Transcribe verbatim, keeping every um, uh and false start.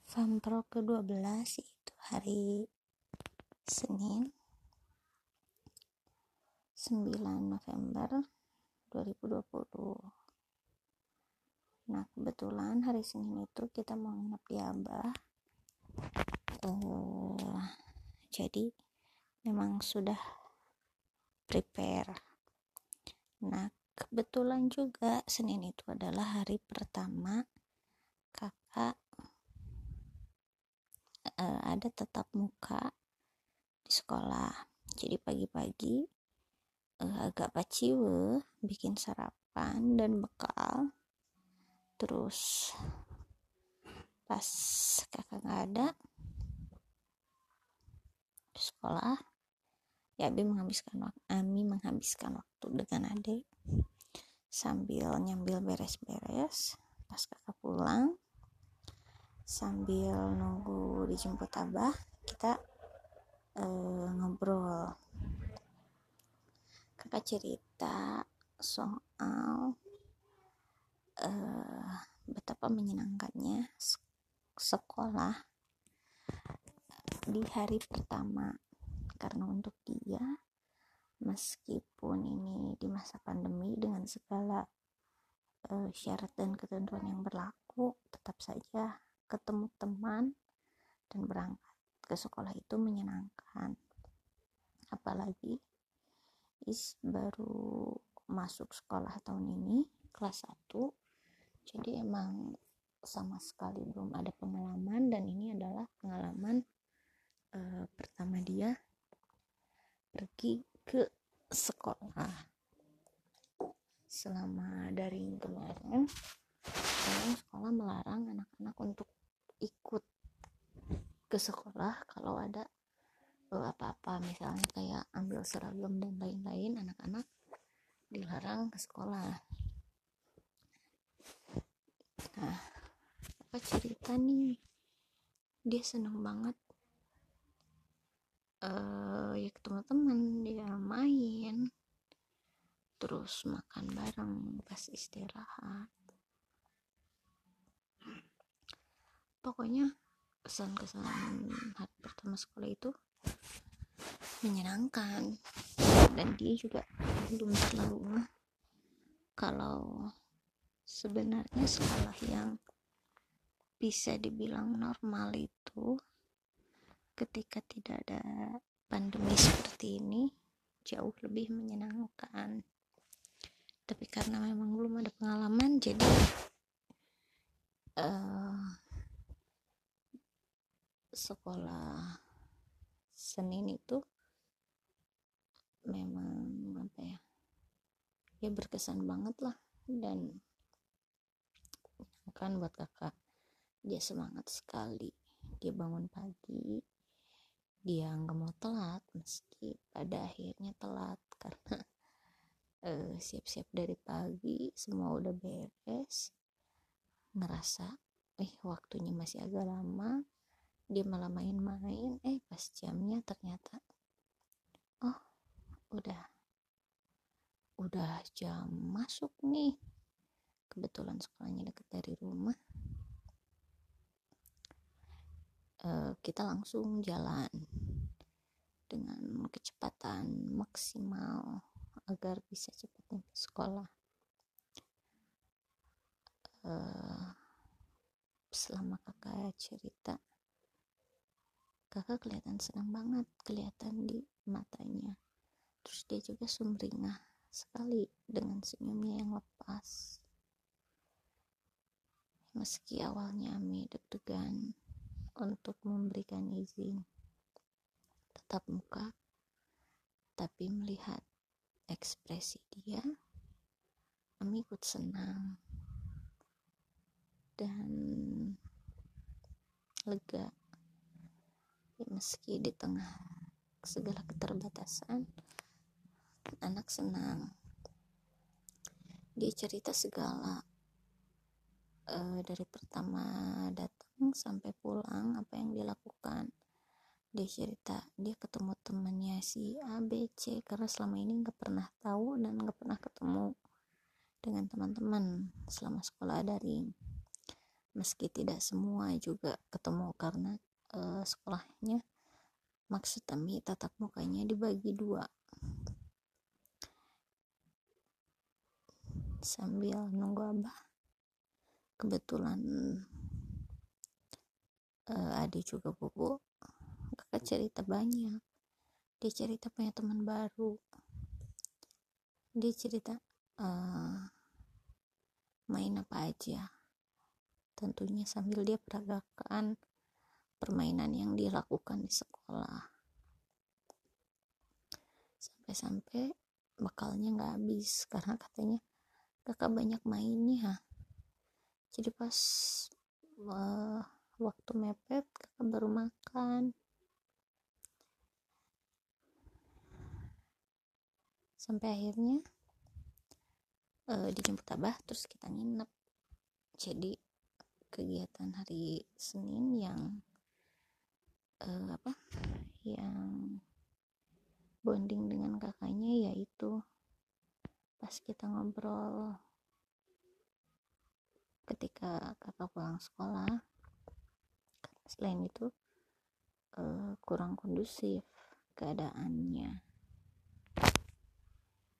Fampro kedua belas yaitu hari Senin sembilan November dua ribu dua puluh. Nah, kebetulan hari Senin itu kita mau nginep di Abah. Uh, jadi memang sudah prepare. Nah, kebetulan juga Senin itu adalah hari pertama kakak uh, ada tatap muka di sekolah. Jadi pagi-pagi uh, agak paciwe bikin sarapan dan bekal. Terus pas kakak nggak ada di sekolah, ya Abi menghabiskan waktu, Ami menghabiskan waktu dengan adik sambil nyambil beres-beres. Pas kakak pulang, sambil nunggu dijemput Abah, kita uh, ngobrol. Kakak cerita soal uh, betapa menyenangkannya sekolah di hari pertama, karena untuk dia meskipun ini di masa pandemi dengan segala uh, syarat dan ketentuan yang berlaku, tetap saja ketemu teman dan berangkat ke sekolah itu menyenangkan. Apalagi Is baru masuk sekolah tahun ini kelas satu, jadi emang sama sekali belum ada pengalaman, dan ini adalah pengalaman uh, pertama dia pergi ke sekolah. Selama daring kemarin, sekarang sekolah melarang anak-anak untuk ikut ke sekolah kalau ada uh, apa-apa, misalnya kayak ambil seragam dan lain-lain, anak-anak dilarang ke sekolah. Nah, apa cerita nih, dia seneng banget uh, ya ketemu teman, dia main, terus makan bareng pas istirahat. Pokoknya kesan-kesan hari pertama sekolah itu menyenangkan, dan dia juga belum terlalu kalau sebenarnya sekolah yang bisa dibilang normal itu ketika tidak ada pandemi seperti ini jauh lebih menyenangkan. Tapi karena memang belum ada pengalaman, jadi uh, sekolah Senin itu memang apa ya ya berkesan banget lah. Dan kan buat kakak, dia semangat sekali, dia bangun pagi, dia nggak mau telat meski pada akhirnya telat karena uh, siap-siap dari pagi, semua udah beres, ngerasa eh waktunya masih agak lama, dia malah main-main, eh pas jamnya ternyata oh udah udah jam masuk nih. Kebetulan sekolahnya dekat dari rumah, uh, kita langsung jalan dengan kecepatan maksimal agar bisa cepat sampai sekolah. Uh, selama kakak cerita, kakak kelihatan senang banget, kelihatan di matanya. Terus dia juga sumringah sekali dengan senyumnya yang lepas. Meski awalnya Ami deg-degan untuk memberikan izin tatap muka, tapi melihat ekspresi dia, Ami ikut senang dan lega. Meski di tengah segala keterbatasan, anak senang. Dia cerita segala, e, dari pertama datang sampai pulang apa yang dilakukan. Dia cerita dia ketemu temannya si A B C karena selama ini nggak pernah tahu dan nggak pernah ketemu dengan teman-teman selama sekolah daring. meski tidak semua juga ketemu karena uh, sekolahnya maksud kami tatap mukanya dibagi dua. Sambil nunggu abah, kebetulan uh, adik juga bobo, kakak cerita banyak. Dia cerita punya teman baru, dia cerita uh, main apa aja, tentunya sambil dia peragakan permainan yang dilakukan di sekolah, sampai-sampai bekalnya nggak habis karena katanya kakak banyak mainnya. Jadi pas uh, waktu mepet kakak baru makan. Sampai akhirnya uh, dijemput abah, terus kita nginep. Jadi kegiatan hari Senin yang uh, apa yang bonding dengan kakaknya yaitu pas kita ngobrol ketika kakak pulang sekolah. Selain itu uh, kurang kondusif keadaannya,